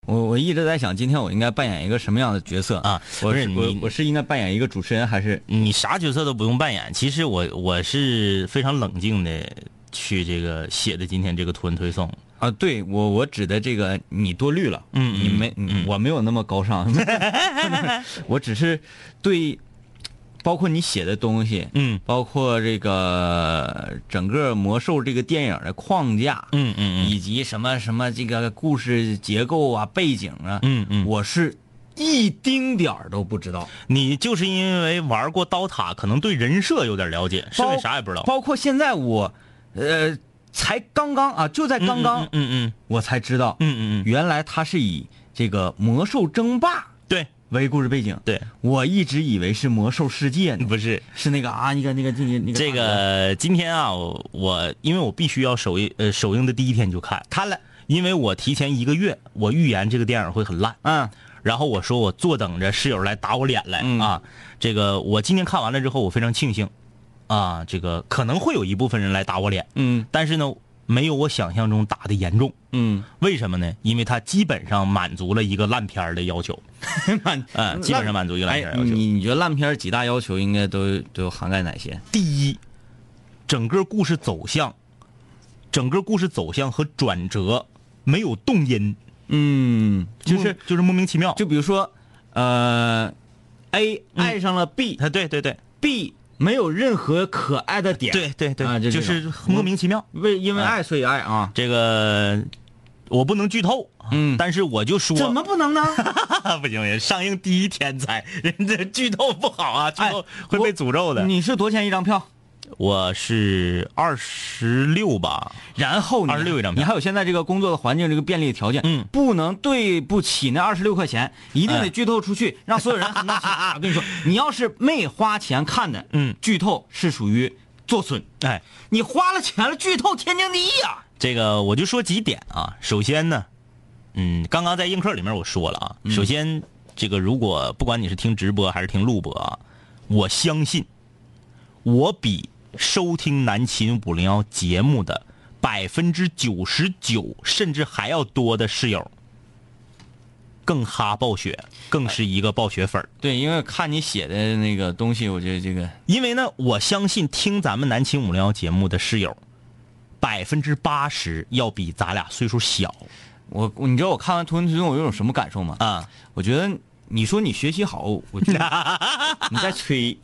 我一直在想，今天我应该扮演一个什么样的角色啊？ 我是应该扮演一个主持人，还是你啥角色都不用扮演？其实我是非常冷静的去这个写的今天这个图文推送啊。对，我指的这个你多虑了，我没有那么高尚，我只是对。包括你写的东西，包括这个整个魔兽这个电影的框架，以及什么这个故事结构啊、背景啊，我是一丁点儿都不知道。 你就是因为玩过刀塔，可能对人设有点了解，剩下啥也不知道。 包括现在我，才刚刚啊，就在刚刚，我才知道，原来它是以这个魔兽争霸对。 为故事背景， 对， 我一直以为是魔兽世界呢， 不是， 是那个啊，那个这个今天啊，我因为我必须要首映的第一天就看了，因为我提前1个月，我预言这个电影会很烂，然后我说我坐等着室友来打我脸来啊，这个我今天看完了之后，我非常庆幸啊，这个可能会有一部分人来打我脸，但是呢。没有我想象中打的严重，为什么呢？因为它基本上满足了一个烂片的要求，基本上满足一个烂片要求。 你觉得烂片几大要求应该都有涵盖哪些？ 第一，整个故事走向和转折没有动因，就是莫名其妙。 就比如说，A 爱上了 B， 对 B。没有任何可爱的点， 对啊，就是莫名其妙。 因为爱所以爱啊。 这个我不能剧透，但是我就说怎么不能呢？ 不行，上映第一天才，人家剧透不好啊，剧透会被诅咒的。 你是多少钱一张票？ 我是26吧， 然后 26一张票， 你还有现在这个工作的环境，这个便利的条件，不能对不起那26块钱，一定得剧透出去，让所有人很闹心。我跟你说，你要是没花钱看的，剧透是属于作损。 哎， 你花了钱了，剧透天经地义啊。 这个我就说几点啊，首先呢，刚刚在映客里面我说了啊，首先这个如果不管你是听直播还是听录播啊，我相信我比收听南秦501节目的99%甚至还要多的室友更哈暴雪，更是一个暴雪粉。 对，因为看你写的那个东西，我觉得这个， 因为呢，我相信听咱们南秦501节目的室友80%要比咱俩岁数小。 你知道我看完图文推送我有种什么感受吗？我觉得你说你学习好，我觉得你在吹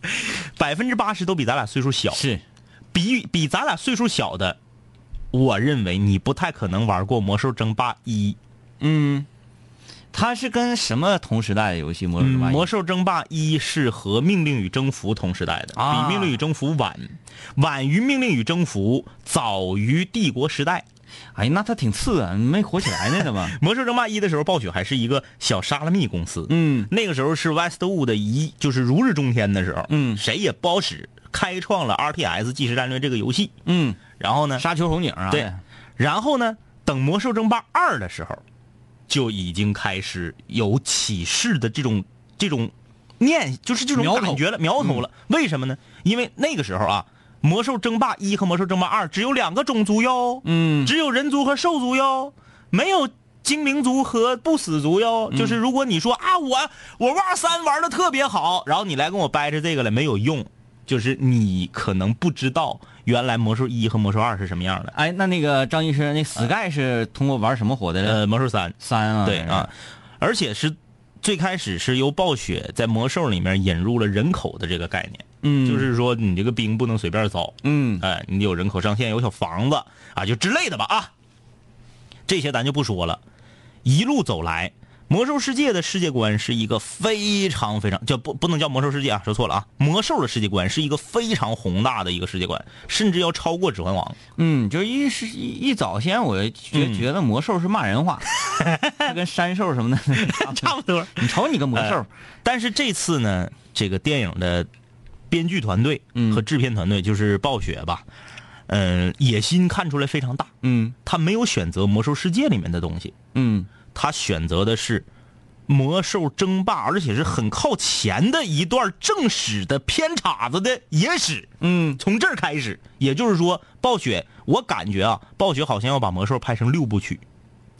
，80%都比咱俩岁数小， 是比咱俩岁数小的，我认为你不太可能玩过《魔兽争霸1》。 它是跟什么同时代的游戏？魔兽争霸1是和命令与征服同时代的，比命令与征服晚于命令与征服，早于帝国时代。 哎，那它挺次啊，没火起来呢吧？ 魔兽争霸1的时候，暴雪还是一个小沙拉蜜公司。那个时候是 Westwood 就是如日中天的时候。谁也不好使，开创了 RTS 即时战略这个游戏。然后呢， 沙丘红警啊。 对。然后呢，等魔兽争霸2的时候，就已经开始有起势的这种就是这种感觉了，苗头了。为什么呢？因为那个时候啊，魔兽争霸1和魔兽争霸2只有2个种族哟，只有人族和兽族哟，没有精灵族和不死族哟。就是如果你说啊，我war 3玩的特别好，然后你来跟我掰扯这个了，没有用，就是你可能不知道原来魔兽1和魔兽2是什么样的。 哎，那个张医生，那 Sky 是通过玩什么火的？ 魔兽3 啊， 对啊，而且是最开始是由暴雪在魔兽里面引入了人口的这个概念，就是说你这个兵不能随便造，你有人口上限，有小房子啊，就之类的吧啊，这些咱就不说了。一路走来，魔兽世界的世界观是一个非常不能叫魔兽世界啊，说错了啊，魔兽的世界观是一个非常宏大的一个世界观，甚至要超过指环王。 就一早先我觉得魔兽是骂人话，跟山兽什么的差不多。 你瞅你个魔兽， 但是这次呢，这个电影的编剧团队和制片团队就是暴雪吧，野心看出来非常大。他没有选择魔兽世界里面的东西，他选择的是魔兽争霸，而且是很靠前的一段正史的偏岔子的野史。从这儿开始，也就是说，暴雪，我感觉啊，暴雪好像要把魔兽拍成6部曲。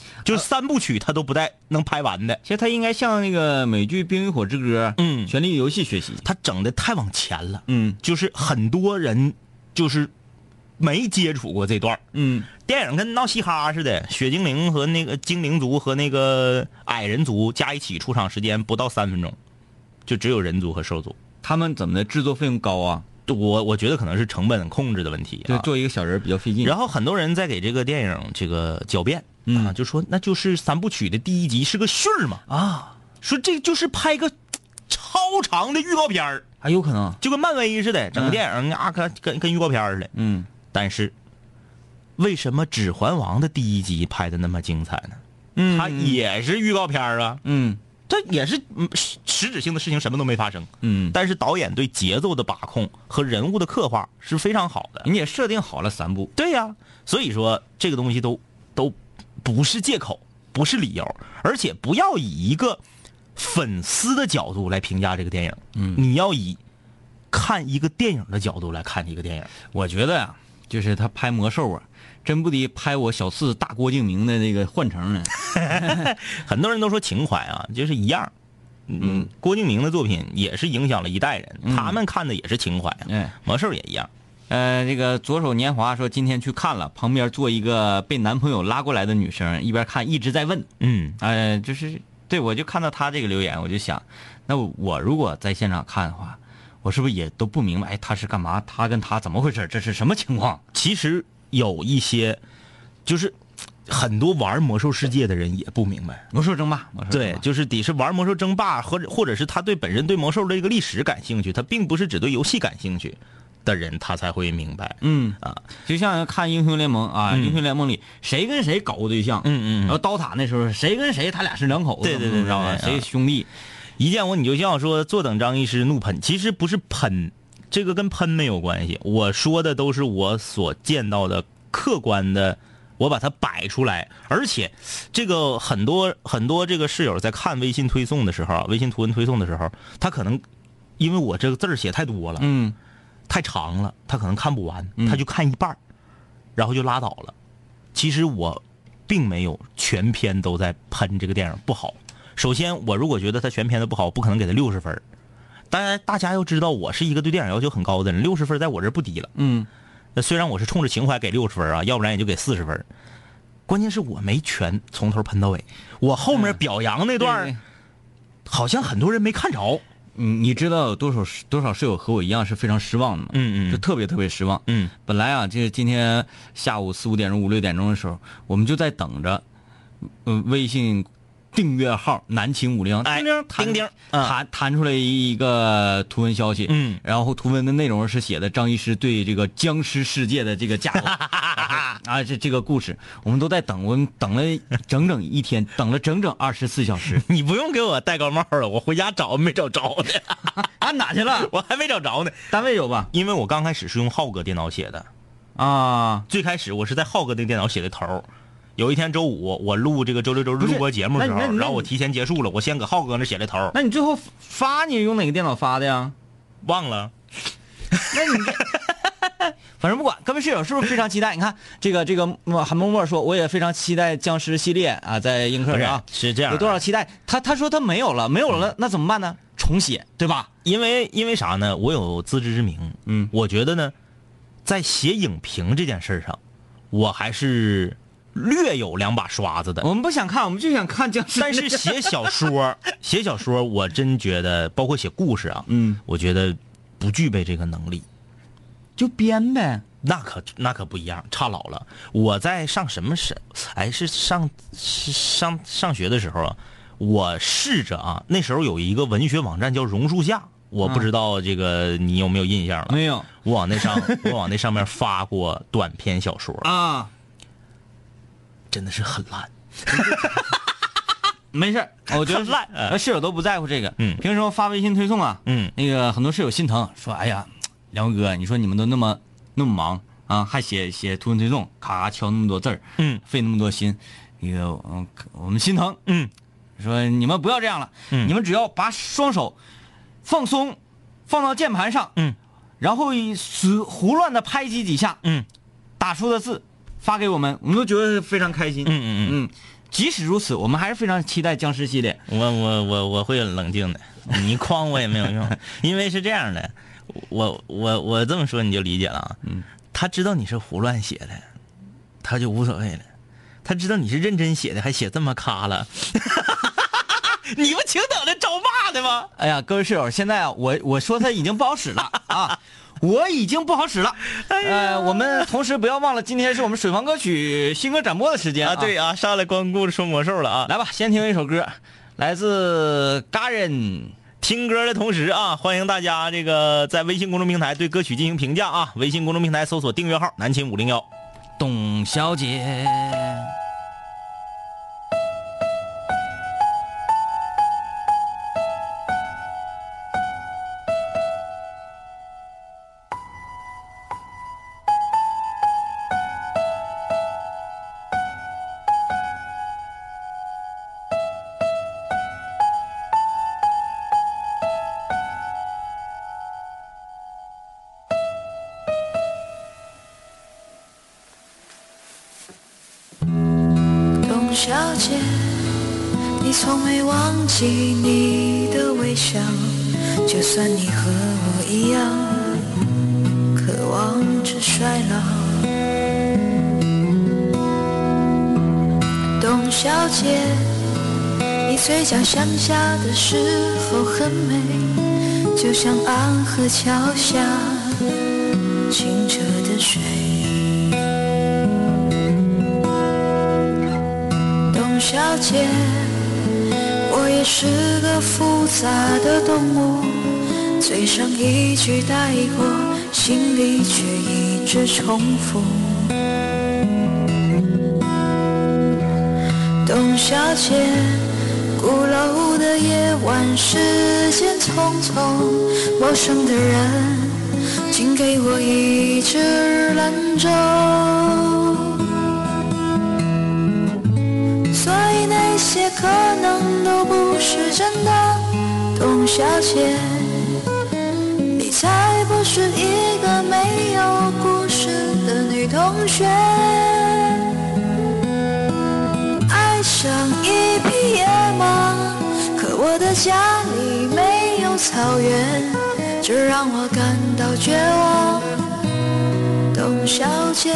就是3部曲他都不带能拍完的。 其实他应该向那个美剧《冰与火之歌》、权力游戏学习。 他整的太往前了， 就是很多人就是没接触过这段，电影跟闹嘻哈似的，雪精灵和那个精灵族和那个矮人族加一起出场时间不到3分钟，就只有人族和兽族。 他们怎么的制作费用高啊？ 我觉得可能是成本控制的问题， 对，做一个小人比较费劲。 然后很多人在给这个电影这个狡辩就说那就是3部曲的第1集是个序嘛说这就是拍个超长的预告片儿， 还有可能就跟漫威似的，整个电影跟预告片似的。但是为什么《指环王》的第1集拍的那么精彩呢？它也是预告片啊。这也是实质性的事情，什么都没发生。但是导演对节奏的把控和人物的刻画是非常好的。 你也设定好了3部。 对呀，所以说这个东西都不是借口，不是理由，而且不要以一个粉丝的角度来评价这个电影。你要以看一个电影的角度来看一个电影。 我觉得呀，就是他拍魔兽啊，真不敌拍我小4大郭敬明的那个幻城呢。 很多人都说情怀啊，就是一样。郭敬明的作品也是影响了一代人，他们看的也是情怀。魔兽也一样。 这个左手年华说今天去看了，旁边坐一个被男朋友拉过来的女生，一边看一直在问。就是对，我就看到他这个留言，我就想，那我如果在现场看的话，我是不是也都不明白，他是干嘛？他跟他怎么回事？这是什么情况？ 其实有一些，就是很多玩魔兽世界的人也不明白魔兽争霸。 对，就是得是玩魔兽争霸，或者是他对本身对魔兽的这个历史感兴趣，他并不是只对游戏感兴趣的人，他才会明白。 就像看英雄联盟啊，英雄联盟里谁跟谁搞过对象，然后刀塔那时候谁跟谁他俩是2口子， 对， 知道吧？谁兄弟？ 一见我你就笑，说坐等张医师怒喷，其实不是喷，这个跟喷没有关系。我说的都是我所见到的客观的，我把它摆出来。而且这个很多这个室友在看微信推送的时候，微信图文推送的时候，他可能因为我这个字写太多了，太长了，他可能看不完，他就看一半，然后就拉倒了。其实我并没有全篇都在喷这个电影不好。首先，我如果觉得他全篇的不好，我不可能给他60分。大家要知道，我是一个对电影要求很高的人，60分在我这不低了。那虽然我是冲着情怀给60分啊，要不然也就给40分。关键是我没全从头喷到尾，我后面表扬那段，好像很多人没看着。 你知道有多少室友和我一样是非常失望的吗？就特别特别失望。本来啊，就是今天下午4、5点钟、5、6点钟的时候，我们就在等着，微信订阅号南秦50， 叮叮弹出来一个图文消息，然后图文的内容是写的张医师对这个僵尸世界的这个架构这个故事，我们都在等，我们等了整整1天，等了整整24小时。 你不用给我戴高帽了，我回家找没找着呢。 哪去了？ 我还没找着呢。 单位有吧？ 因为我刚开始是用浩哥电脑写的最开始我是在浩哥那电脑写的头。有一天周五，我录这个周六周日录播节目的时候，然后我提前结束了，我先搁浩哥那写的头。 那你最后发你用哪个电脑发的呀？ 忘了。 那你反正不管，各位室友是不是非常期待？你看这个韩默默说，我也非常期待僵尸系列啊，在映客上是这样， 有多少期待？他说他没有了，那怎么办呢？重写，对吧？ 因为啥呢？我有自知之明。我觉得呢，在写影评这件事上，我还是略有2把刷子的。 我们不想看，我们就想看僵尸。 但是写小说，我真觉得，包括写故事啊，我觉得不具备这个能力， 就编呗。 那可不一样，差老了。我在上什么是上学的时候啊，我试着啊，那时候有一个文学网站叫榕树下，我不知道这个你有没有印象了？ 没有。 我往那上面发过短篇小说啊。 真的是很烂。 没事，我觉得烂。室友都不在乎这个。平时发微信推送啊，那个很多室友心疼，说哎呀，梁文哥，你说你们都那么忙啊，还写图文推送，咔敲那么多字儿，费那么多心，那个我们心疼。说你们不要这样了，你们只要把双手放松，放到键盘上，然后胡乱的拍击几下，打出的字发给我们，我们都觉得非常开心。 即使如此，我们还是非常期待僵尸系列。 我会冷静的，你诓我也没有用，因为是这样的，我这么说你就理解了啊。他知道你是胡乱写的，他就无所谓了。他知道你是认真写的，还写这么咔了，你不请等着招骂的吗？ 哎呀，各位室友，现在啊，我说他已经不好使了啊，我已经不好使了。我们同时不要忘了，今天是我们水房歌曲新歌展播的时间啊。 对啊，上来光顾着说魔兽了啊。 来吧，先听一首歌，来自嘎人。 听歌的同时啊，欢迎大家这个在微信公众平台对歌曲进行评价啊。微信公众平台搜索订阅号南秦501。 董小姐。 小姐，你从没忘记你的微笑，就算你和我一样渴望着衰老。董小姐，你嘴角向下的时候很美，就像安河桥下清澈的水。小姐，我也是个复杂的动物，嘴上一句带过，心里却一直重复。董小姐，鼓楼的夜晚，时间匆匆，陌生的人，请给我一支兰州。所以那些可能都不是真的，董小姐，你才不是一个没有故事的女同学。爱上一匹野马，可我的家里没有草原，这让我感到绝望，董小姐。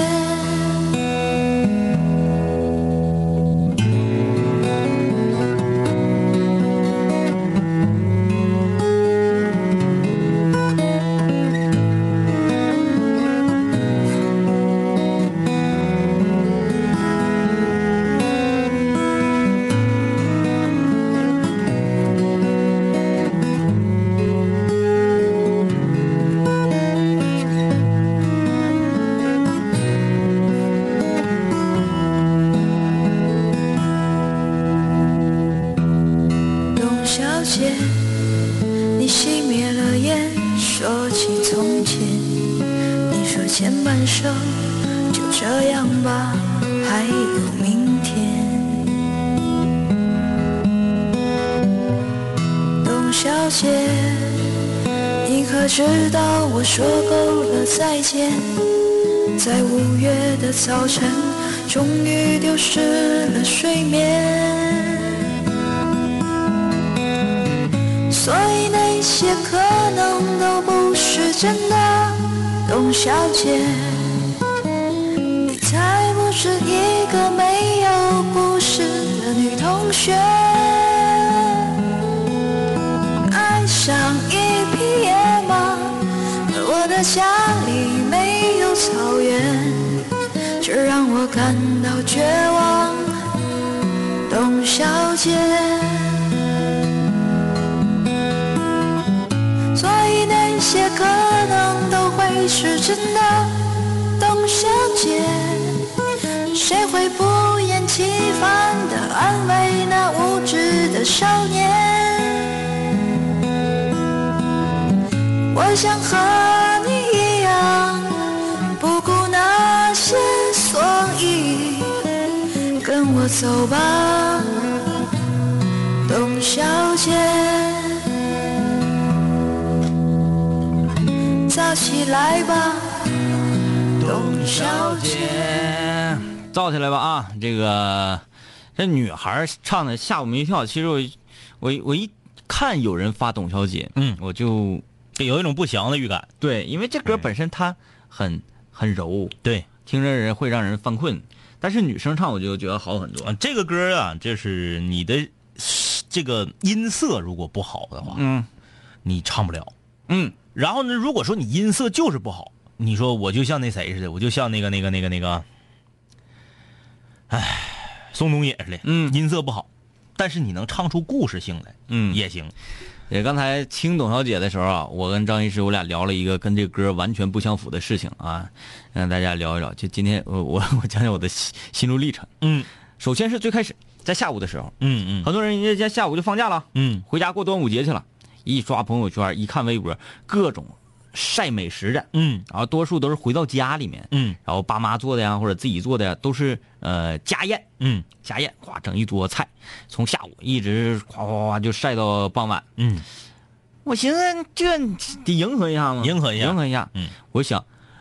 你熄灭了烟，说起从前，你说前半生就这样吧，还有明天。董小姐，你可知道我说够了再见，在5月的早晨，终于丢失了睡眠。所以那些可能都不是真的，董小姐，你才不是一个没有故事的女同学。爱上一匹野马，可我的家里没有草原，这让我感到绝望，董小姐。那些可能都会是真的，董小姐，谁会不厌其烦地安慰那无知的少年？我想和你一样，不顾那些，所以跟我走吧，董小姐。造起来吧，董小姐。 造起来吧啊！这个这女孩唱的吓我们一跳。其实我一看有人发董小姐，我就有一种不祥的预感。 对，因为这歌本身它很柔， 对， 听着人会让人犯困。但是女生唱我就觉得好很多。 这个歌啊，就是你的这个音色如果不好的话，你唱不了。然后呢，如果说你音色就是不好，你说我就像那谁似的，我就像那个，宋冬野似的，音色不好，但是你能唱出故事性来，也行。 也刚才听董小姐的时候啊，我跟张医师我俩聊了一个跟这歌完全不相符的事情啊，让大家聊一聊。就今天我讲讲我的心路历程。首先是最开始在下午的时候，很多人人家下午就放假了，回家过端午节去了。一刷朋友圈，一看微博，各种晒美食的，然后多数都是回到家里面，然后爸妈做的呀，或者自己做的呀，都是家宴，家宴，哗，整一桌菜，从下午一直哗就晒到傍晚，我寻思这得迎合一下嘛， 迎合一下， 我想，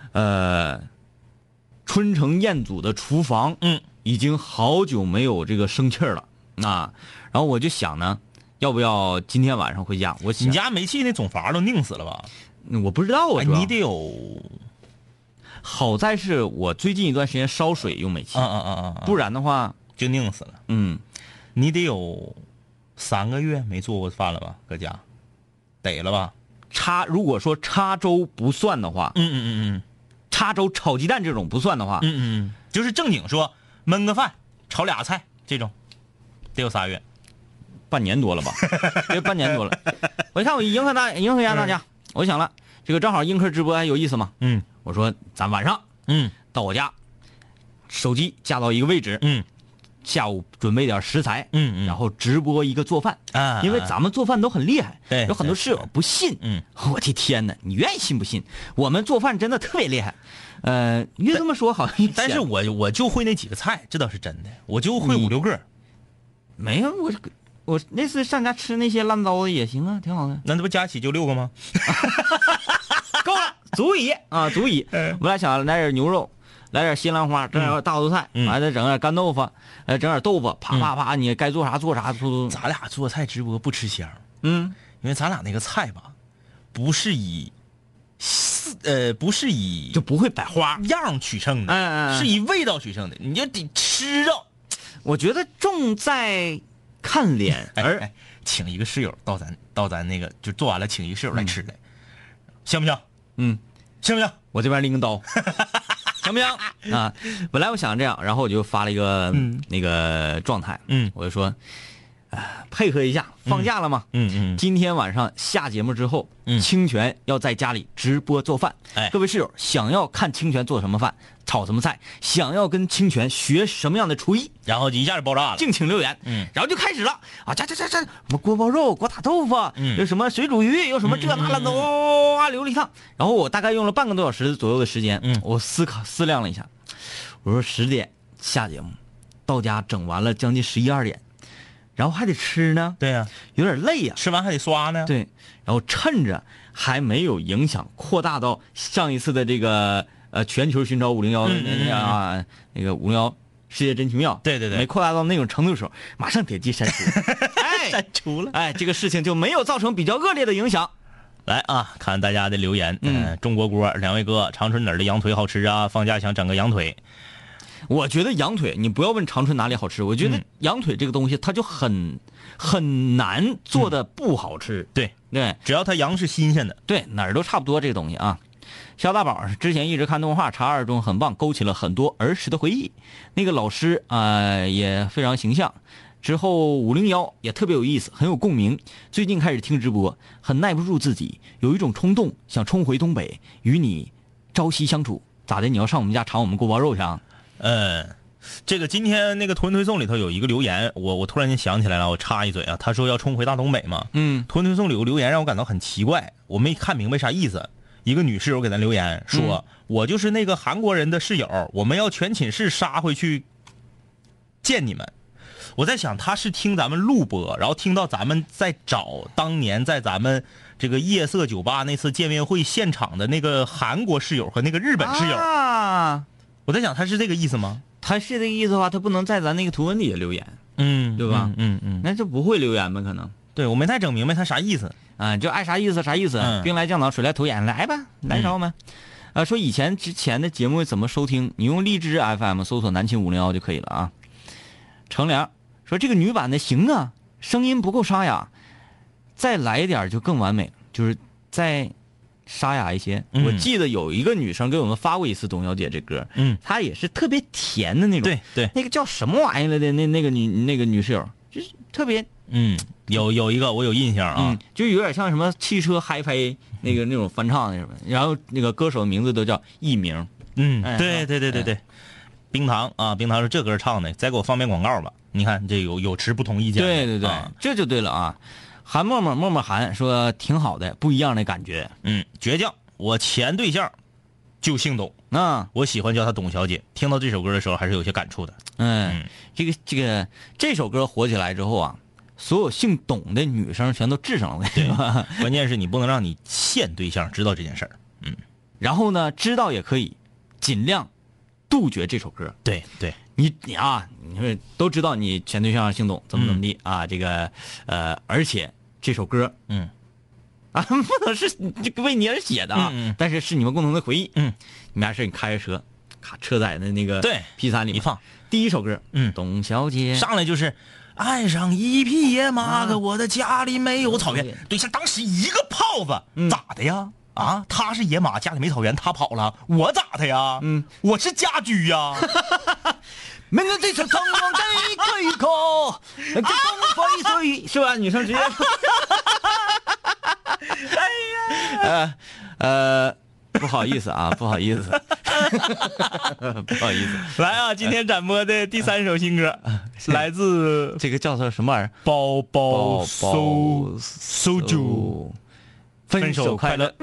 春城彦祖的厨房，已经好久没有这个生气了啊，然后我就想呢，要不要今天晚上回家？你家煤气那总阀都拧死了吧？ 我不知道啊， 你得有。 好在是我最近一段时间烧水用煤气，不然的话就拧死了。你得有3个月没做过饭了吧？搁家，得了吧？ 如果说叉粥不算的话，叉粥炒鸡蛋这种不算的话， 就是正经说焖个饭、炒俩菜这种，得有3月， 半年多了吧？这半年多了。我一看我迎合一下大家，我想了，这个正好映客直播还有意思嘛，我说咱晚上，到我家，手机架到一个位置，下午准备点食材，然后直播一个做饭，因为咱们做饭都很厉害，有很多室友不信，我的天哪，你愿意信不信？我们做饭真的特别厉害，越这么说好像， 但是我就会那几个菜，这倒是真的，我就会5、6个， 没有我那次上家吃那些烂糟的也行啊，挺好的。 那不加起就6个吗？ 够了，足以啊，足以。我俩想来点牛肉，来点新兰花，整点大头菜，完了整点干豆腐，整点豆腐，啪啪啪，你该做啥做啥。 咱俩做菜直播不吃香，因为咱俩那个菜吧，不是以就不会摆花样取胜的，是以味道取胜的，你就得吃着。 我觉得重在看脸， 请一个室友到咱那个就做完了，请一个室友来吃来，香不香？香不香？ 我这边拎个刀，香不香啊？本来我想这样，然后我就发了一个那个状态，我就说，配合一下，放假了嘛，今天晚上下节目之后，清泉要在家里直播做饭，各位室友想要看清泉做什么饭，炒什么菜，想要跟清泉学什么样的厨艺， 然后一下就爆炸了， 敬请留言，然后就开始了啊，这什么锅包肉、锅打豆腐，有什么水煮鱼，有什么这那烂的，哇流了一趟，然后我大概用了半个多小时左右的时间，我思量了一下，我说10点下节目，到家整完了将近11、12点。然后还得吃呢， 对呀， 有点累呀， 吃完还得刷呢， 对，然后趁着还没有影响扩大到上一次的这个全球寻找501啊，那个501世界真奇妙， 对， 没扩大到那种程度的时候，马上点击删除， 删除了， 这个事情就没有造成比较恶劣的影响。 来啊，看大家的留言，中国锅2位哥，长春哪儿的羊腿好吃啊？放假想整个羊腿。 我觉得羊腿，你不要问长春哪里好吃，我觉得羊腿这个东西它就很难做的不好吃。 对， 只要它羊是新鲜的， 对，哪儿都差不多这个东西啊。肖大宝之前一直看动画《查二》中很棒，勾起了很多儿时的回忆。那个老师也非常形象。之后501也特别有意思，很有共鸣。最近开始听直播，很耐不住自己，有一种冲动想冲回东北与你朝夕相处。咋的？你要上我们家尝我们锅包肉去啊？ 这个今天那个屯推送里头有一个留言，我突然间想起来了，我插一嘴啊，他说要冲回大东北嘛，屯推送里有个留言让我感到很奇怪，我没看明白啥意思。一个女室友给咱留言说，我就是那个韩国人的室友，我们要全寝室杀回去见你们。我在想他是听咱们录播，然后听到咱们在找当年在咱们这个夜色酒吧那次见面会现场的那个韩国室友和那个日本室友啊。 我在想他是这个意思吗？ 他是这个意思的话，他不能在咱那个图文底下留言。 对吧？ 那就不会留言呗，可能。 对，我没太整明白他啥意思啊，就爱啥意思啥意思。兵来将挡，水来土掩，来吧，来着吗？说之前的节目怎么收听？你用荔枝 FM 搜索南秦501就可以了啊。程良说这个女版的行啊，声音不够沙哑，再来一点就更完美，就是再沙哑一些。我记得有一个女生给我们发过一次董小姐这歌，她也是特别甜的那种。 对， 那个叫什么玩意来的？那个女室友就是特别有一个我有印象啊， 就有点像什么汽车嗨拍那种翻唱的什么，然后那个歌手的名字都叫艺名。 对，冰糖啊，冰糖是这歌唱的，再给我放遍广告吧。你看这有持不同意见。 对，这就对了啊。韩默默韩说挺好的，不一样的感觉。 倔强。我前对象就姓董，我喜欢叫她董小姐。听到这首歌的时候还是有些感触的。 这首歌火起来之后啊，所有姓董的女生全都治上了，对吧？ 关键是你不能让你现对象知道这件事儿。 然后呢，知道也可以，尽量杜绝这首歌。 对， 你说都知道你前对象姓董，怎么地啊？这个而且这首歌，不能是为你而写的啊，但是是你们共同的回忆。你们俩是你开着车，车载的那个P3里一放， 第一首歌，董小姐上来就是爱上一匹野马，可我的家里没有草原。对象当时一个炮子，咋的呀？啊，他是野马，家里没草原，他跑了，我咋的呀？我是家居呀。 面对这场苍茫的对口，这风飞碎，是吧？女生直接说，哎呀，不好意思啊，不好意思，不好意思。 来啊，今天展播的第3首新歌，来自这个叫做什么玩意儿？ 包包收住，分手快乐。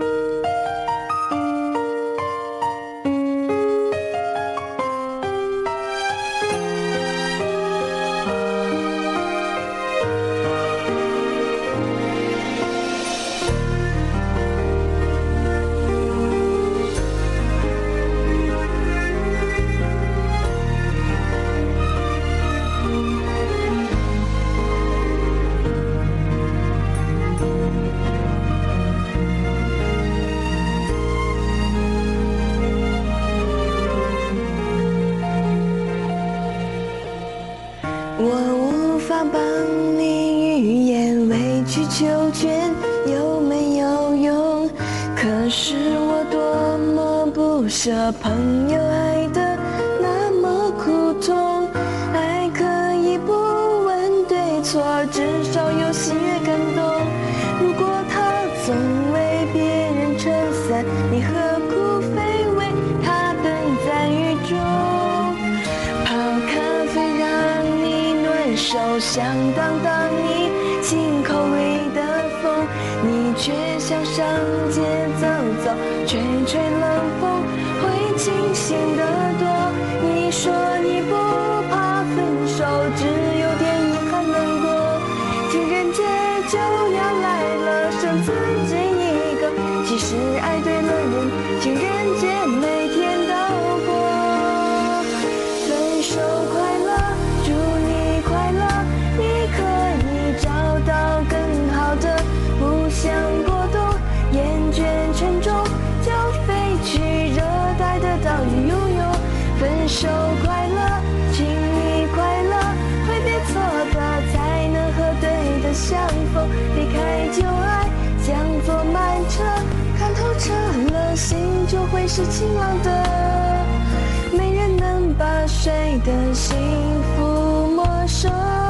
朋友爱的那么苦痛，爱可以不问对错，至少有喜悦感动。如果他总为别人撑伞，你何苦非为他等在雨中？泡咖啡让你暖手，想当你亲口味的风，你却想上街走走，吹冷风。清醒的多，你说你不怕分手，只有点遗憾难过。情人节就要来了，剩自己一个。其实爱对了人，情人节每天都过。分手快乐，祝你快乐，你可以找到更好的。不想过冬，厌倦沉重，就飞去热带的岛屿游泳。分手快乐，请你快乐，挥别错的，才能和对的相逢。离开旧爱，像坐慢车，看透彻了，心就会是晴朗的。没人能把谁的幸福没收，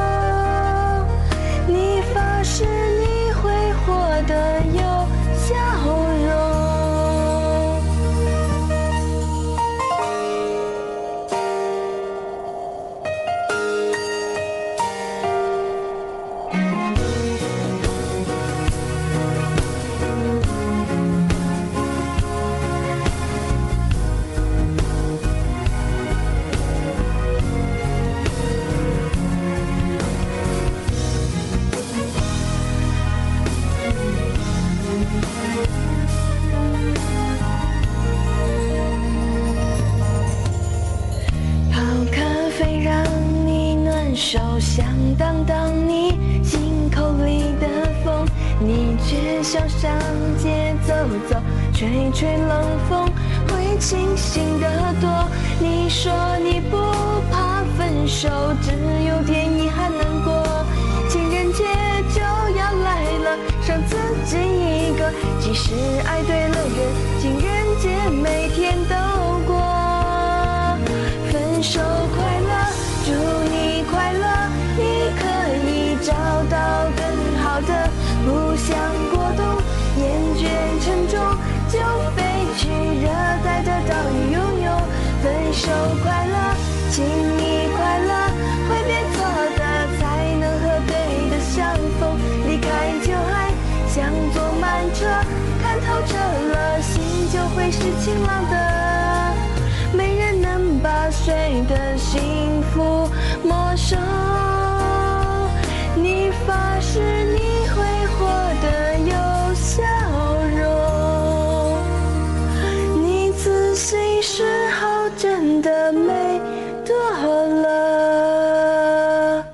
你发誓你会活得有笑容。 想上街走走，吹吹冷风会清醒得多。你说你不怕分手，只有点遗憾难过。情人节就要来了，剩自己一个，即使爱对了人，情人节每天都过。分手快乐，祝你快乐，你可以找到更好的，不想过冬，厌倦沉重，就飞去热带的岛屿游泳。分手快乐，请你快乐，会变错的才能和对的相逢。离开旧爱，像坐慢车，看透彻了，心就会是晴朗的。没人能把谁的幸福没收，你发誓你会活得有笑容，你仔细时候真的美多了。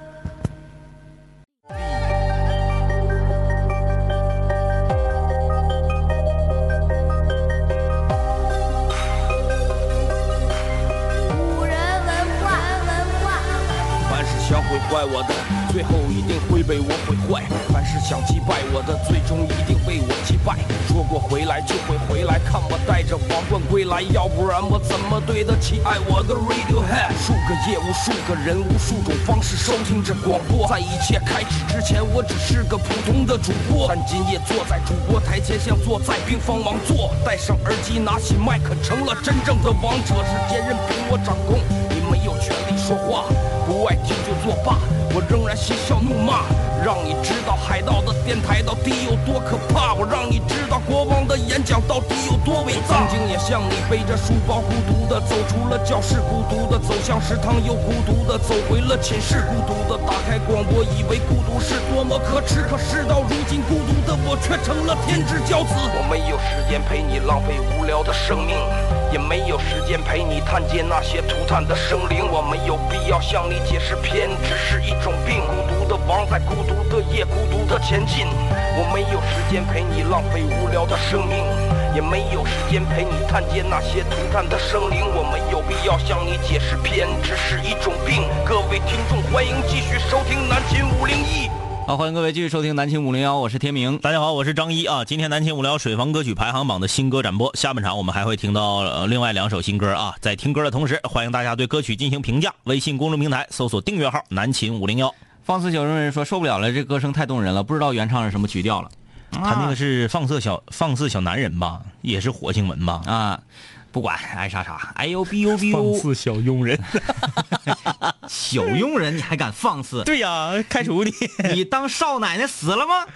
想毁坏我的，最后一定会被我毁坏；凡是想击败我的，最终一定被我击败。说过回来就会回来，看我带着皇冠归来，要不然我怎么对得起爱我的 Radiohead？ 数个夜，无数个人，无数种方式收听着广播。在一切开始之前，我只是个普通的主播，但今夜坐在主播台前，像坐在冰封王座。戴上耳机，拿起麦克，成了真正的王者。世界任凭我掌控，你没有权利说话。不爱听就作罢，我仍然嬉笑怒骂，让你知道海盗的电台到底有多可怕，我让你知道国王的演讲到底有多伟大。曾经也像你背着书包孤独的走出了教室，孤独的走向食堂，又孤独的走回了寝室，孤独的打开广播，以为孤独是多么可耻，可事到如今，孤独的我却成了天之骄子。我没有时间陪你浪费无聊的生命，也没有时间陪你探见那些涂炭的生灵，我没有必要向你解释偏执是一种病。孤独的王在孤独的夜孤独的前进，我没有时间陪你浪费无聊的生命，也没有时间陪你探见那些涂炭的生灵，我没有必要向你解释偏执是一种病。各位听众，欢迎继续收听南秦501。 好，欢迎各位继续收听南秦501，我是天明。 大家好，我是张一啊。今天南秦501水房歌曲排行榜的新歌展播，下半场我们还会听到另外2首新歌啊。在听歌的同时，欢迎大家对歌曲进行评价。微信公众平台搜索订阅号南秦501。 放肆小人人说受不了了，这歌声太动人了，不知道原唱是什么曲调了。 他那个是放肆小男人吧，也是火星文吧啊。不管爱啥啥，哎呦biu biu， 放肆小佣人， 小佣人你还敢放肆？ 对呀，开除你！ 你当少奶奶死了吗？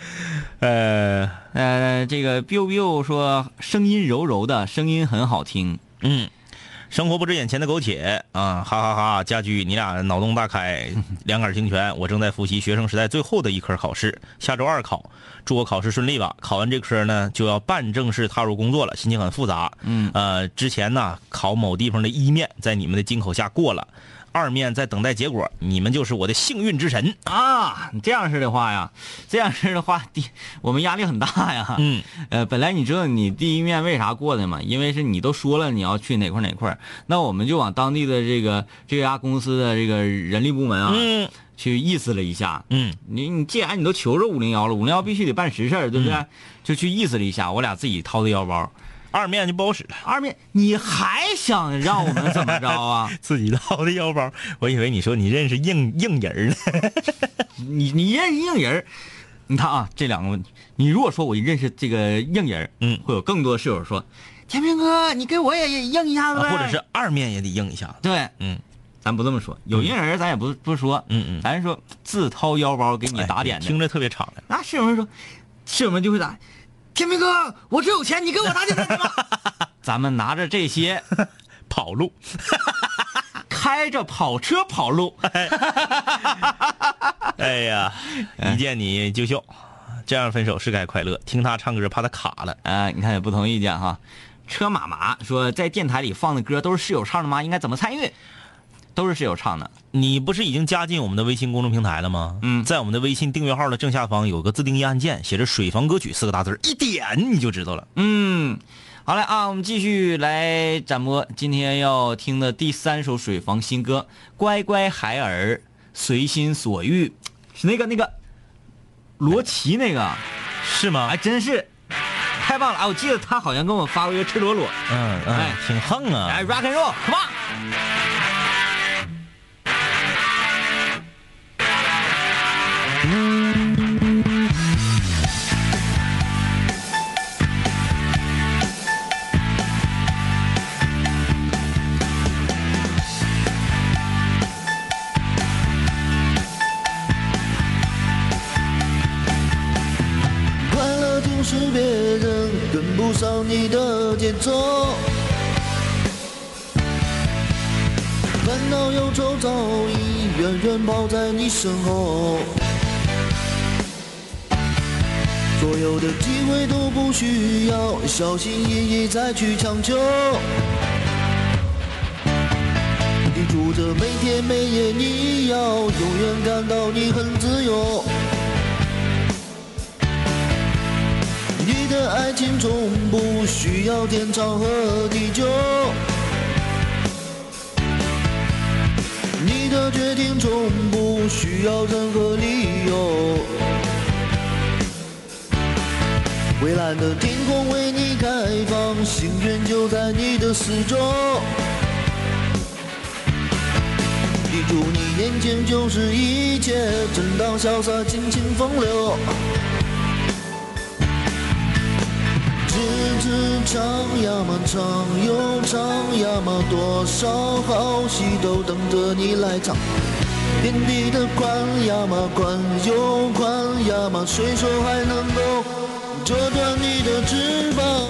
这个 biu biu 说声音柔柔的，声音很好听。 生活不止眼前的苟且啊，哈哈哈！家驹，你俩脑洞大开，两杆清泉。我正在复习学生时代最后的一科考试，下周2考，祝我考试顺利吧。考完这科呢，就要办正式踏入工作了，心情很复杂。之前呢，考某地方的1面在你们的金口下过了，2面在等待结果，你们就是我的幸运之神啊！这样式的话，我们压力很大呀。本来你知道你第1面为啥过的吗？因为是你都说了你要去哪块，那我们就往当地的这家公司的这个人力部门啊，去意思了一下。你既然你都求着501了，501必须得办实事，对不对？就去意思了一下，我俩自己掏的腰包。 2面就不好使了。 2面你还想让我们怎么着啊？ 自己掏的腰包，我以为你说你认识硬人呢。 你认识硬人，你看啊，这2个问题。你如果说我认识这个硬人，会有更多室友说，天明哥，你给我也硬一下子呗， 或者是2面也得硬一下子。 对，咱不这么说，有硬人咱也不说，咱说自掏腰包给你打点的， 听着特别敞亮。 那室友们说，室友们就会打。天明哥，我这有钱，你给我打点什么？咱们拿着这些跑路， 开着跑车跑路。 哎呀，一见你就笑，这样分手是该快乐。听他唱歌怕他卡了。 你看有不同意见哈。车马麻说，在电台里放的歌都是室友唱的吗？应该怎么参与？ 都是室友唱的。 你不是已经加进我们的微信公众平台了吗？在我们的微信订阅号的正下方有个自定义按键，写着水房歌曲4个大字，一点你就知道了。 好嘞啊，我们继续来展播今天要听的第3首水房新歌《乖乖孩儿随心所欲》，是那个罗琦那个， 是吗？ 还真是太棒了啊！我记得他好像跟我发过一个赤裸裸， 挺横啊！ 来 rock and roll，come on。 是别人跟不上你的节奏，烦恼忧愁早已远远跑在你身后，所有的机会都不需要小心翼翼再去强求，记住这每天每夜你要永远感到你很自由，你的爱情从不需要天长和地久，你的决定从不需要任何理由，蔚蓝的天空为你开放，幸运就在你的四周，记住你眼前就是一切，正当潇洒尽情风流，日子长呀漫长又长呀嘛，多少好戏都等着你来唱，天地的宽呀嘛宽又宽呀嘛，谁说还能够折断你的翅膀，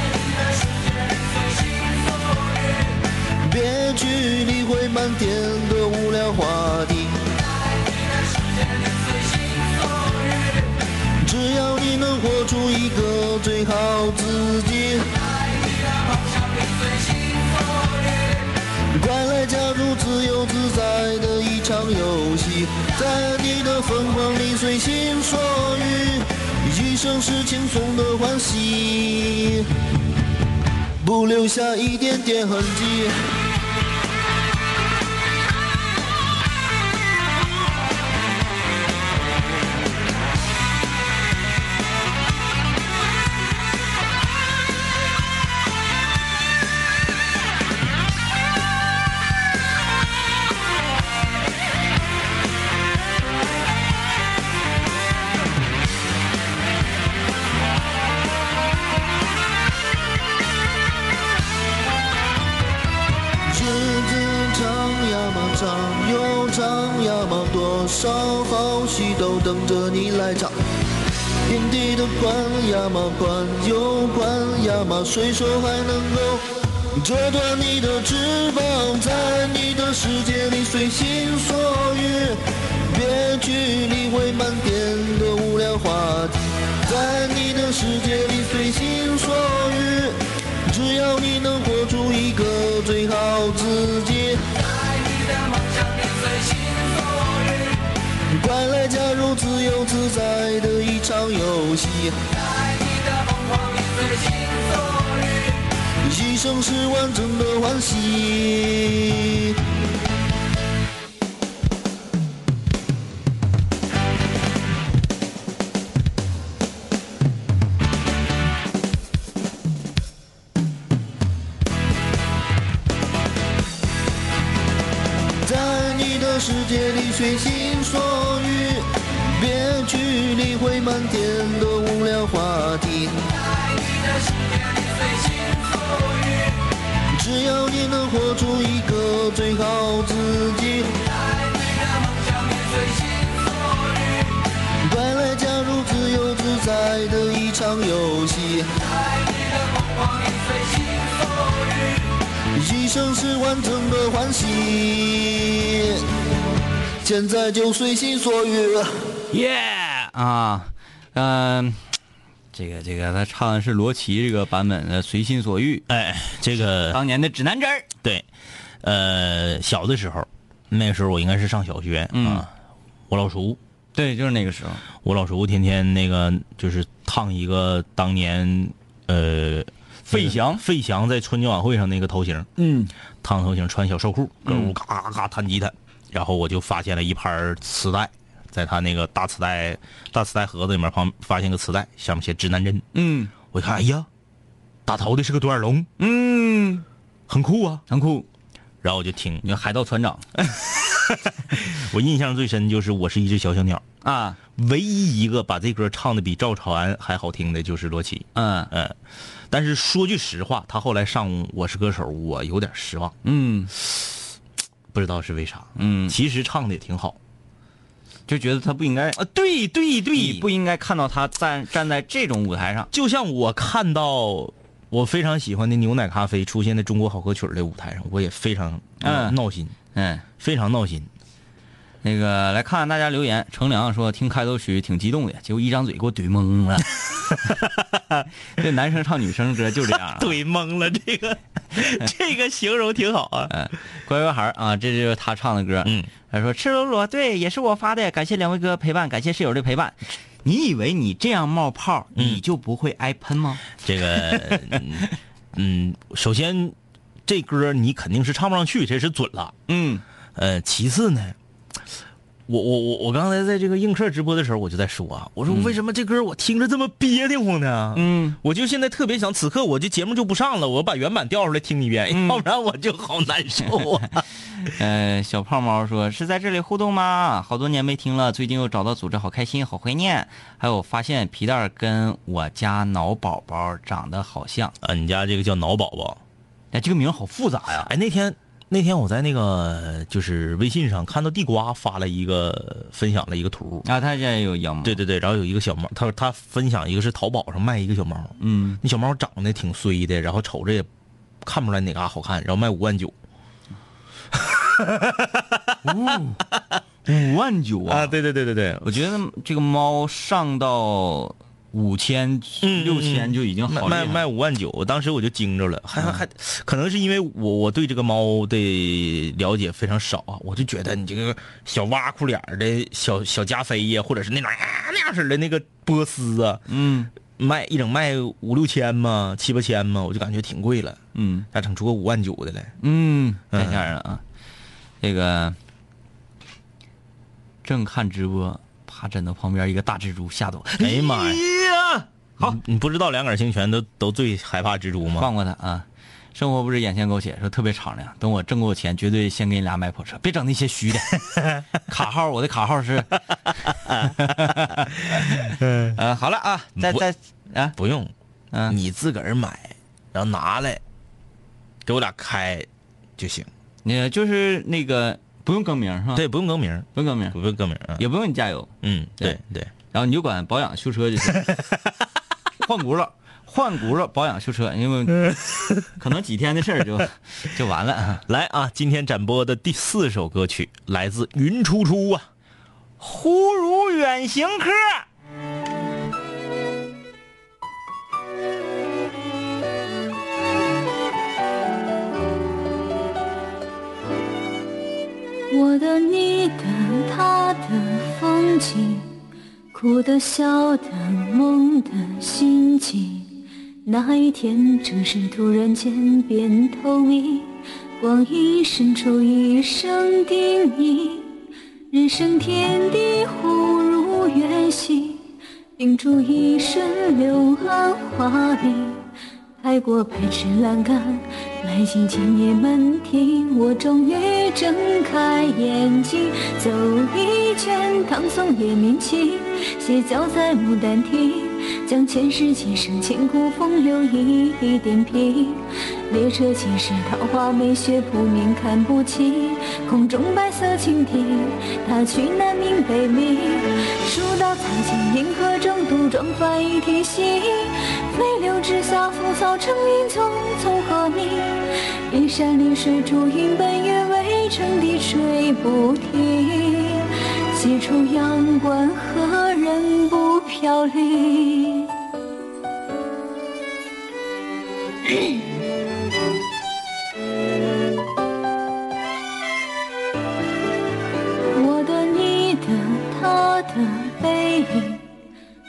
别去理会满天的无聊话题，只要你能活出一个最好自己，快来加入自由自在的一场游戏，在你的疯狂里随心所欲，一生是轻松的欢喜，不留下一点点痕迹。多少好戏都等着你来唱，天地的宽呀嘛宽又宽呀嘛，谁说还能够折断你的翅膀，在你的世界里随心所欲，别去理会满天的无聊话题，在你的世界里随心所欲，只要你能活出一个最好自己，在你的梦想里随心所欲，快来加入自由自在的一场游戏，在你的疯狂里随心所欲，一生是完整的欢喜。世界里随心所欲，别去理会满天的无聊话题，在你的世界里随心所欲，只要你能活出一个最好自己，在你的梦想里随心所欲，快来加入自由自在的一场游戏，在你的疯狂里随心所欲，一生是完整的欢喜，现在就随心所欲， 耶啊，这个他唱的是罗琦这个版本的《随心所欲》， 哎，这个当年的指南针。 对， 小的时候，那个时候我应该是上小学啊，我老叔。 对，就是那个时候， 我老叔天天那个就是烫一个当年费翔在春节晚会上那个头型，烫头型，穿小瘦裤，搁屋嘎嘎嘎弹吉他，然后我就发现了一盘磁带，在他那个大磁带盒子里面发现个磁带，上面写指南针，我一看，哎呀，打头的是个独眼龙，很酷啊， 很酷， 然后我就听， 你看海盗船长。 我印象最深就是我是一只小小鸟啊， 唯一一个把这歌唱的比赵传安还好听的就是罗琦。但是说句实话，他后来上《我是歌手》，我有点失望。不知道是为啥。其实唱的也挺好， 就觉得他不应该啊，对， 你不应该看到他站在这种舞台上。 就像我看到我非常喜欢的牛奶咖啡出现在中国好歌曲的舞台上，我也非常闹心。非常闹心。 那个来看看大家留言，程良说听开头曲挺激动的，结果一张嘴给我怼懵了。这男生唱女生歌就这样， 怼懵了，这个形容挺好啊。 乖乖孩啊，这就是他唱的歌。他说赤裸裸，对，也是我发的，感谢两位哥陪伴，感谢室友的陪伴。你以为你这样冒泡，你就不会挨喷吗？ 这个，首先这歌你肯定是唱不上去，这是准了。其次呢，我刚才在这个映客直播的时候，我就在说啊，我说为什么这歌我听着这么憋得慌呢？我就现在特别想，此刻我这节目就不上了，我把原版调出来听一遍，要不然我就好难受啊。 小胖猫说是在这里互动吗？好多年没听了，最近又找到组织，好开心，好怀念。还有发现皮蛋跟我家脑宝宝长得好像啊，你家这个叫脑宝宝， 哎，这个名好复杂呀。 哎，那天我在那个就是微信上看到地瓜发了分享了一个图啊，他家也有养猫， 对，然后有一个小猫，他分享一个是淘宝上卖一个小猫，那小猫长得挺衰的，然后瞅着也看不出来哪嘎好看，然后卖5.9万 ，5.9万啊！ 对， 我觉得这个猫上到5000、6000就已经好厉害， 卖5.9万，当时我就惊着了，还可能是因为我对这个猫的了解非常少啊，我就觉得你这个小挖苦脸的小加菲呀，或者是那样式的那个波斯啊，一整卖5-6千嘛，7-8千嘛，我就感觉挺贵了，咋整出个5.9万的来？ 太吓人了啊！这个正看直播，趴枕头旁边一个大蜘蛛吓得我， 哎呀妈呀！ 好， 你不知道两杆清泉都最害怕蜘蛛吗？ 放过他啊！生活不是眼线狗血，说特别敞亮，等我挣够钱，绝对先给你俩买跑车，别整那些虚的。卡号，我的卡号是。好了啊，再啊， 不用，你自个儿买，然后拿来，给我俩开就行。 你就是那个不用更名是吧？ 对，不用更名， 也不用你加油。 对， 然后你就管保养修车就行。换轱辘保养修车，因为可能几天的事儿就完了。 来啊，今天展播的第4首歌曲来自云初初啊， 忽如远行客。 我的、你的、他的风景，哭的、笑的、梦的心境。那一天，城市突然间变透明，光阴渗出一声叮咛，人生天地忽如远行，屏住一瞬柳暗花明。太过排斥栏杆，迈进今夜门庭，我终于睁开眼睛，走一圈唐宋夜明清，歇脚在牡丹亭，将前世今生千古风流一点评。列车行驶桃花美雪扑面看不清，空中白色蜻蜓，他去南冥北冥，蜀道采尽银河中杜撰翻一天心，飞流直下浮草成云匆匆和鸣，一山一水逐云奔月围城地吹不停，几处阳关何人不飘零。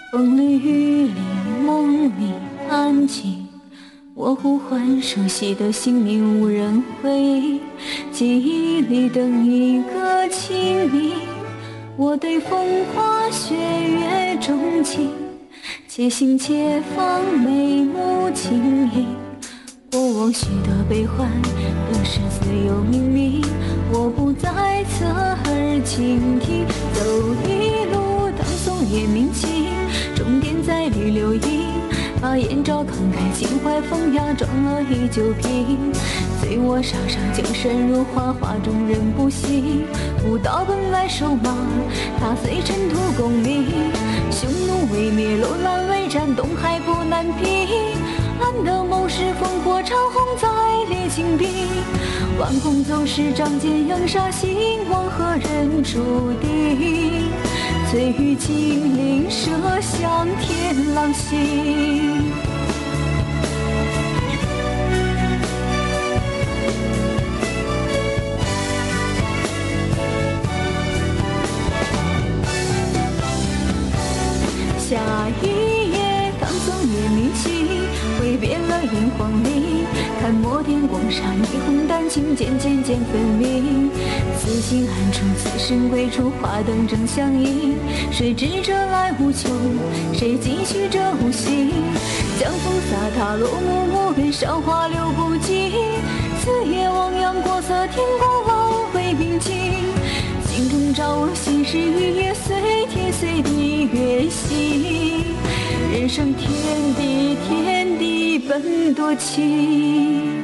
风里雨里梦里安静，我呼唤熟悉的姓名，无人回应。记忆里等一个清明，我对风花雪月钟情，且行且放眉目轻盈。过往许多悲欢，得失自有冥冥，我不再侧耳倾听。走一路当松叶鸣起，终点在绿柳荫，把眼罩慷慨，襟怀风雅，装了一酒瓶。随我上上江山如画，画中人不行。舞蹈本来手马，踏碎尘土功名。匈奴未灭，楼兰未战，东海不难平。安得谋士烽火长虹再列金兵，万红走失，仗剑扬沙，兴亡何人注定？醉与金陵，射向天狼星。下一夜，当松叶鸣起，挥别了炎黄里，看墨点光沙，霓虹丹青，渐渐分明。此心暗处，此生归处，花灯正相映。谁知这来无穷，谁寄去这无形？江风洒踏，落幕幕，跟韶华流不尽。此夜汪洋国色天光，望为明镜。心中朝我心事，雨夜随天随地月行。人生天地，天地本多情。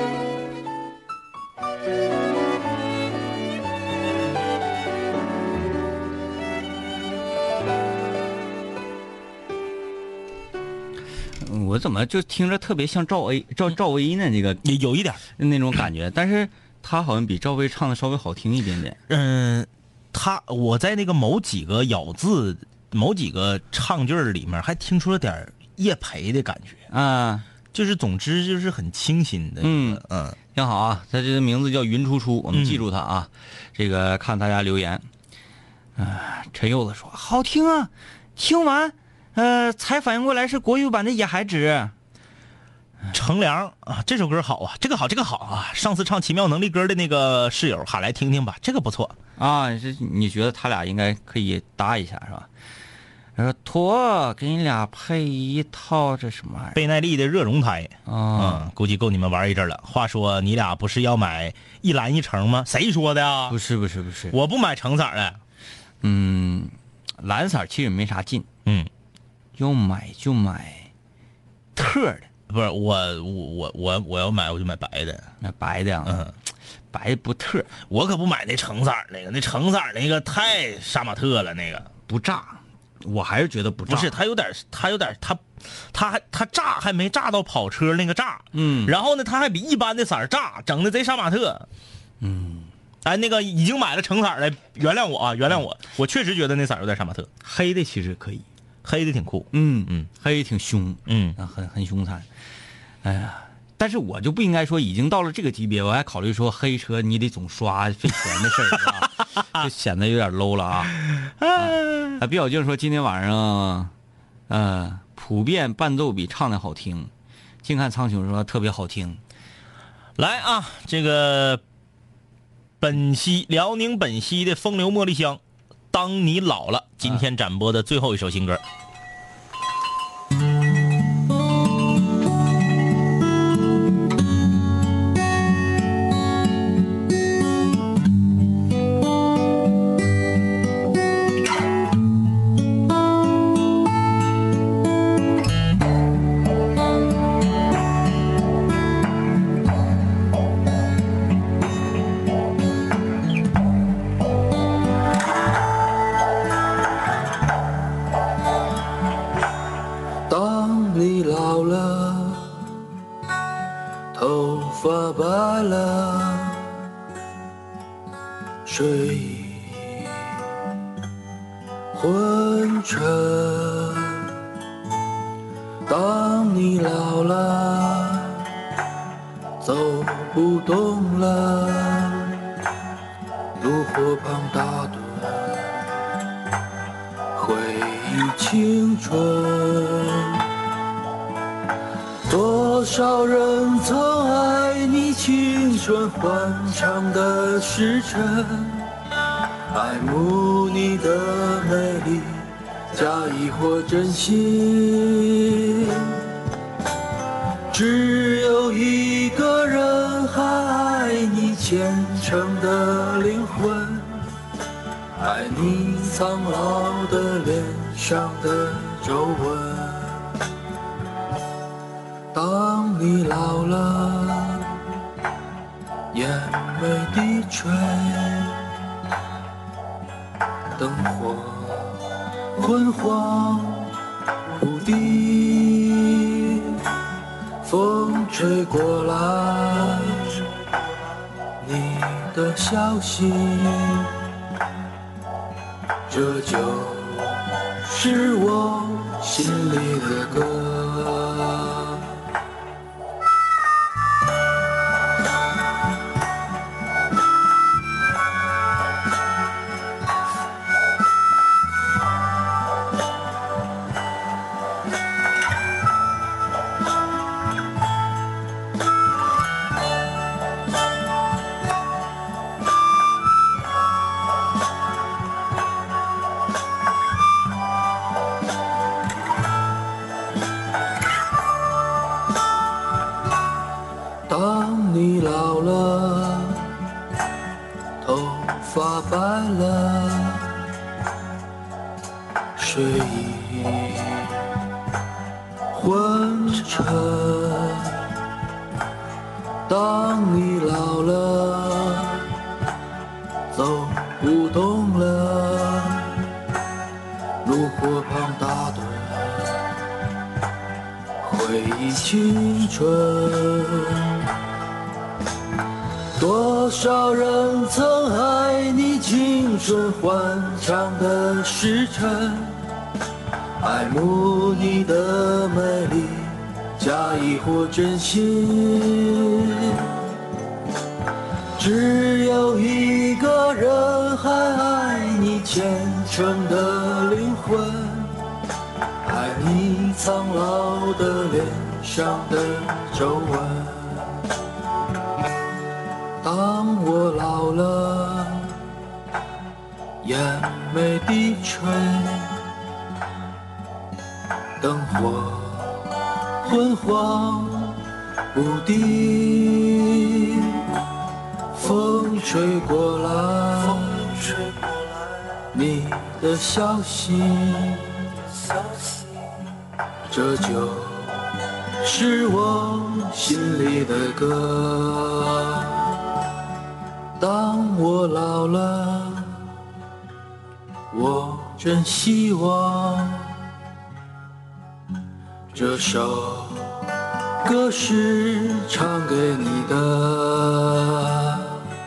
我怎么就听着特别像赵薇呢？这个也有一点那种感觉，但是他好像比赵薇唱的稍微好听一点点。 我在那个某几个咬字、某几个唱句里面，还听出了点叶培的感觉啊。 就是总之就是很清新的。 挺好啊。他这个名字叫云初初，我们记住他啊。这个看大家留言，陈柚子说好听啊，听完才反应过来是国语版的《野海子》。 乘凉啊，这首歌好啊，这个好啊！上次唱《奇妙能力歌》的那个室友喊来听听吧，这个不错啊。你觉得他俩应该可以搭一下是吧？他说托给你俩配一套这什么玩意儿？ 倍耐力的热熔胎估计够你们玩一阵了。话说你俩不是要买一蓝一橙吗？谁说的啊？ 不是， 我不买橙色的。 蓝色其实没啥劲。要买就买特的。 不是我要买我就买白的， 买白的啊，白不特， 我可不买那橙色那橙色那个太杀马特了，那个不炸，我还是觉得不炸。 不是，它有点它炸还没炸到跑车那个炸，然后呢，它还比一般的色炸，整的贼杀马特，那个已经买了橙色的，原谅我啊，我确实觉得那色有点杀马特， 黑的其实可以。 黑的挺酷， 黑的挺凶，很凶残。哎呀，但是我就不应该说已经到了这个级别，我还考虑说黑车你得总刷费钱的事儿，是吧？就显得有点 low 了啊。毕小静说今天晚上，普遍伴奏比唱的好听。静看苍穹说特别好听。 来啊，这个辽宁本溪的风流茉莉香。当你老了，今天展播的最后一首新歌。 昏沉。当你老了，走不动了，炉火旁打盹，回忆轻青春。多少人曾爱你青春欢畅的时辰，爱慕你的美丽，假意或真心。只有一个人还爱你虔诚的灵魂，爱你苍老的脸上的皱纹。当你老了，眼眉低垂，灯火昏黄无敌，风吹过来，你的消息，这就是我心里的歌。当你老了，头发白了，睡意昏沉。当你老了，走不动了，炉火旁打盹，回忆青春。多少人曾爱你青春欢畅的时辰，爱慕你的美丽，假意或真心。只有一个人还爱你虔诚的灵魂，爱你苍老的脸上的皱纹。当我老了，眼眉低垂，灯火昏黄无敌，风吹过来，你的消息，这就是我心里的歌。当我老了，我真希望这首歌是唱给你的。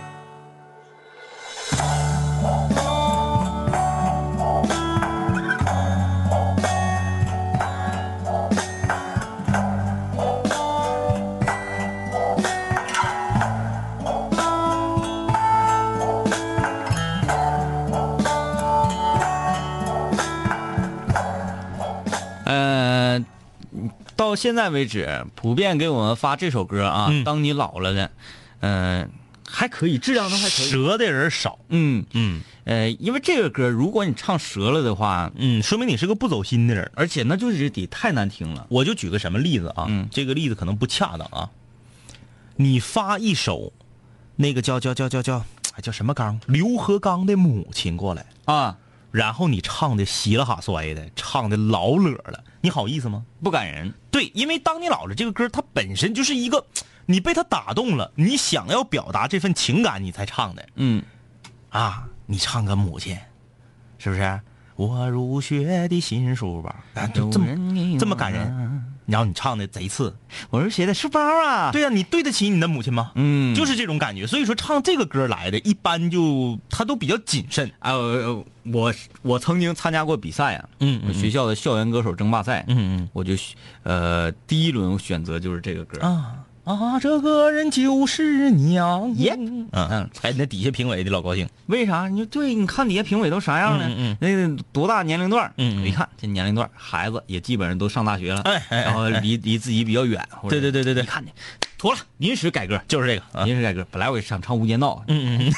到现在为止，普遍给我们发这首歌啊，当你老了的，还可以，质量都还可以。 折的人少， 因为这个歌，如果你唱折了的话， 说明你是个不走心的人， 而且那就是得太难听了。 我就举个什么例子啊，这个例子可能不恰当啊。你发一首那个叫什么刚，刘和刚的母亲过来啊。 然后你唱的稀了哈摔的，唱的老乐了，你好意思吗？ 不感人。 对，因为当你老了这个歌它本身就是一个你被它打动了，你想要表达这份情感你才唱的。你唱个母亲，是不是？我入学的新书包，这么感人，然后你唱的贼次， 我是写的书包啊。 对啊，你对得起你的母亲吗？就是这种感觉。所以说唱这个歌来的，一般就他都比较谨慎。 我曾经参加过比赛啊，学校的校园歌手争霸赛，我就第一轮选择就是这个歌啊，这个人就是娘耶。 哎，那底下评委的老高兴， 为啥？你看底下评委都啥样呢？那个多大年龄段？我一看这年龄段，孩子也基本上都上大学了，然后离自己比较远。 对， 一看呢，妥了，临时改革， 就是这个， 临时改革。本来我想唱《无间道》，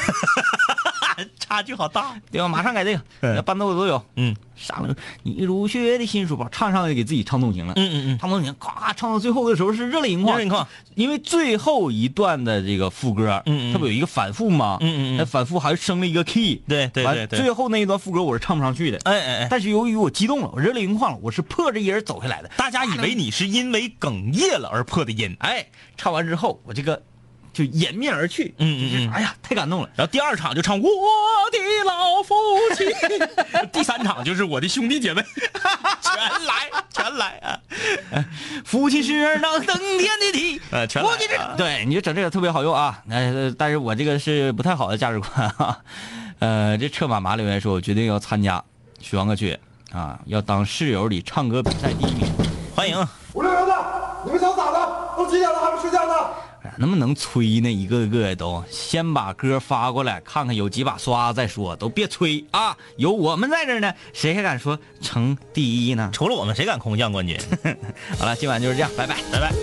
差距好大， 对吧？马上改这个，伴奏都有。上了你入学的新书包，唱上就给自己唱动情了。唱动情，咵唱到最后的时候是热泪盈眶。因为最后一段的这个副歌，它不有一个反复吗？那反复还升了一个 key。 对。 最后那一段副歌我是唱不上去的。但是由于我激动了，我热泪盈眶了，我是破着音走下来的。 大家以为你是因为哽咽了而破的音。 唱完之后我这个就掩面而去。哎呀，太感动了。 然后第二场就唱我的老父亲，第三场就是我的兄弟姐妹，全来啊！ 父亲是那登天的地， 全来。 对，你就整这个特别好用啊。但是我这个是不太好的价值观啊。这策马马留言说，我决定要参加许王歌曲啊，要当室友里唱歌比赛第1名。 欢迎 5、6人的，你们想咋的？都几点了还不睡觉呢？ 能不能催呢？一个个都先把歌发过来，看看有几把刷再说，都别催啊！有我们在这儿呢，谁还敢说成第一呢？ 除了我们，谁敢空降冠军？ 好了，今晚就是这样，拜拜， 拜拜。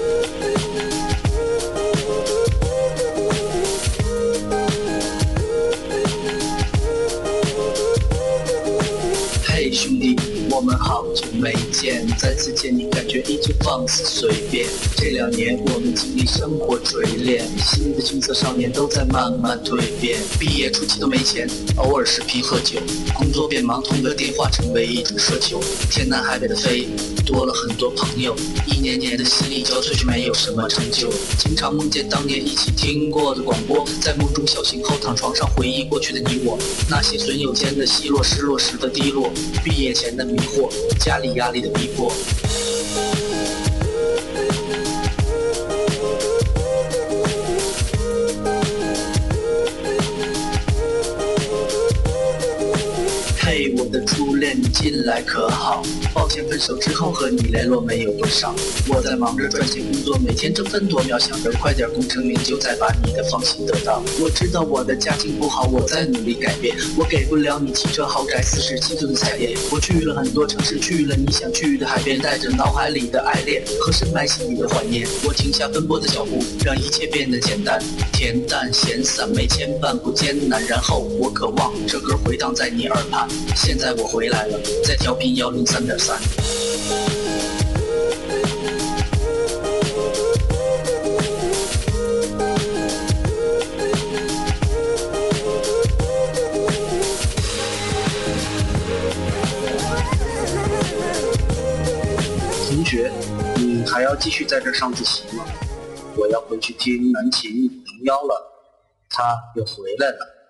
嘿，兄弟，我们好久没见，再次见你感觉依旧放肆随便。这2年我们经历生活锤炼，新的青涩少年都在慢慢蜕变。毕业初期都没钱，偶尔视频喝酒，工作变忙，通个电话成为一种奢求。天南海北的飞，多了很多朋友，一年年的心力交瘁却没有什么成就。经常梦见当年一起听过的广播，在梦中小醒后躺床上回忆过去的你我，那些损友间的奚落，失落时的低落，毕业前的迷惑，家里压力的逼迫。嘿，我的初恋，你近来可好？抱歉，分手之后和你联络没有多少。我在忙着赚钱工作，每天争分夺秒，想着快点功成名就，再把你的芳心得到。我知道我的家境不好，我在努力改变。我给不了你汽车豪宅，47寸的彩电。我去了很多城市，去了你想去的海边，带着脑海里的爱恋和深埋心里的怀念。我停下奔波的脚步，让一切变得简单，恬淡闲散，没牵绊不艰难。然后我渴望这歌回荡在你耳畔。现在我回来了，在调频103.3。同学，你还要继续在这上自习吗？我要回去听南琴童谣了，他又回来了。